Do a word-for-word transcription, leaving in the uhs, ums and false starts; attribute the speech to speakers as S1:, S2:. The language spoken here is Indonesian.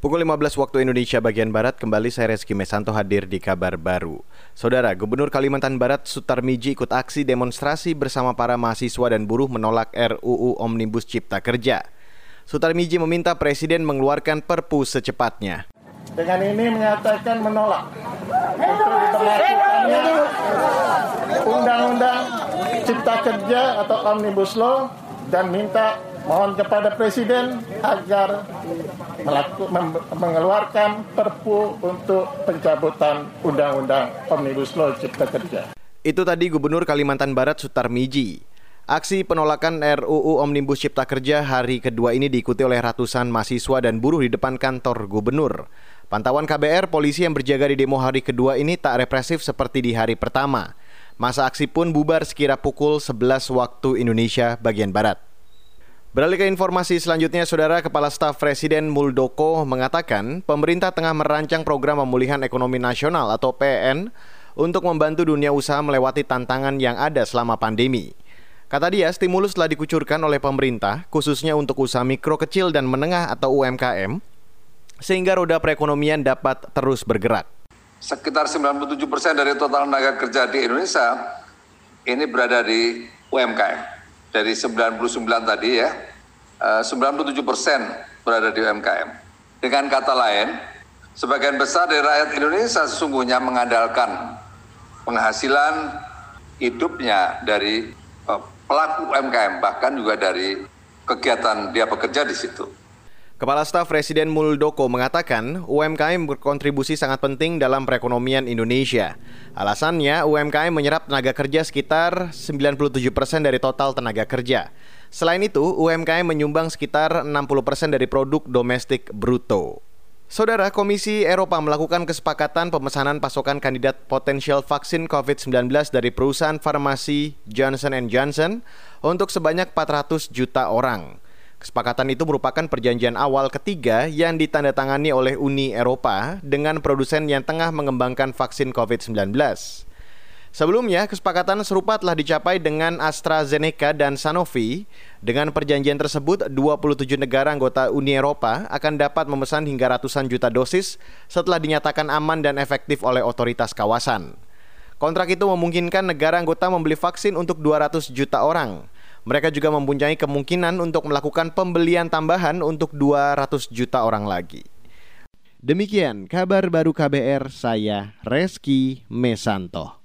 S1: Pukul lima belas waktu Indonesia bagian Barat, kembali saya Reski Mesanto hadir di kabar baru. Saudara, Gubernur Kalimantan Barat Sutarmiji ikut aksi demonstrasi bersama para mahasiswa dan buruh menolak R U U Omnibus Cipta Kerja. Sutarmiji meminta Presiden mengeluarkan Perpu secepatnya.
S2: Dengan ini menyatakan menolak untuk diberlakukannya Undang-Undang Cipta Kerja atau Omnibus Law dan minta mohon kepada Presiden agar melaku, mem, mengeluarkan Perpu untuk pencabutan Undang-Undang Omnibus Law Cipta Kerja.
S1: Itu tadi Gubernur Kalimantan Barat Sutarmiji. Aksi penolakan R U U Omnibus Cipta Kerja hari kedua ini diikuti oleh ratusan mahasiswa dan buruh di depan kantor gubernur. Pantauan K B R, polisi yang berjaga di demo hari kedua ini tak represif seperti di hari pertama. Masa aksi pun bubar sekira pukul sebelas waktu Indonesia bagian Barat. Beralih ke informasi selanjutnya, Saudara, Kepala Staf Presiden Muldoko mengatakan pemerintah tengah merancang program pemulihan ekonomi nasional atau P N untuk membantu dunia usaha melewati tantangan yang ada selama pandemi. Kata dia, stimulus telah dikucurkan oleh pemerintah khususnya untuk usaha mikro, kecil, dan menengah atau U M K M sehingga roda perekonomian dapat terus bergerak.
S3: Sekitar sembilan puluh tujuh persen dari total tenaga kerja di Indonesia ini berada di U M K M. Dari sembilan puluh sembilan tadi ya, sembilan puluh tujuh persen berada di U M K M. Dengan kata lain, sebagian besar dari rakyat Indonesia sesungguhnya mengandalkan penghasilan hidupnya dari pelaku U M K M, bahkan juga dari kegiatan dia bekerja di situ.
S1: Kepala Staf Presiden Muldoko mengatakan U M K M berkontribusi sangat penting dalam perekonomian Indonesia. Alasannya U M K M menyerap tenaga kerja sekitar sembilan puluh tujuh persen dari total tenaga kerja. Selain itu, U M K M menyumbang sekitar enam puluh persen dari produk domestik bruto. Saudara, Komisi Eropa melakukan kesepakatan pemesanan pasokan kandidat potensial vaksin covid sembilan belas dari perusahaan farmasi Johnson and Johnson untuk sebanyak empat ratus juta orang. Kesepakatan itu merupakan perjanjian awal ketiga yang ditandatangani oleh Uni Eropa dengan produsen yang tengah mengembangkan vaksin covid sembilan belas. Sebelumnya, kesepakatan serupa telah dicapai dengan AstraZeneca dan Sanofi. Dengan perjanjian tersebut, dua puluh tujuh negara anggota Uni Eropa akan dapat memesan hingga ratusan juta dosis setelah dinyatakan aman dan efektif oleh otoritas kawasan. Kontrak itu memungkinkan negara anggota membeli vaksin untuk dua ratus juta orang. Mereka juga mempunyai kemungkinan untuk melakukan pembelian tambahan untuk dua ratus juta orang lagi. Demikian kabar baru K B R, saya Reski Mesanto.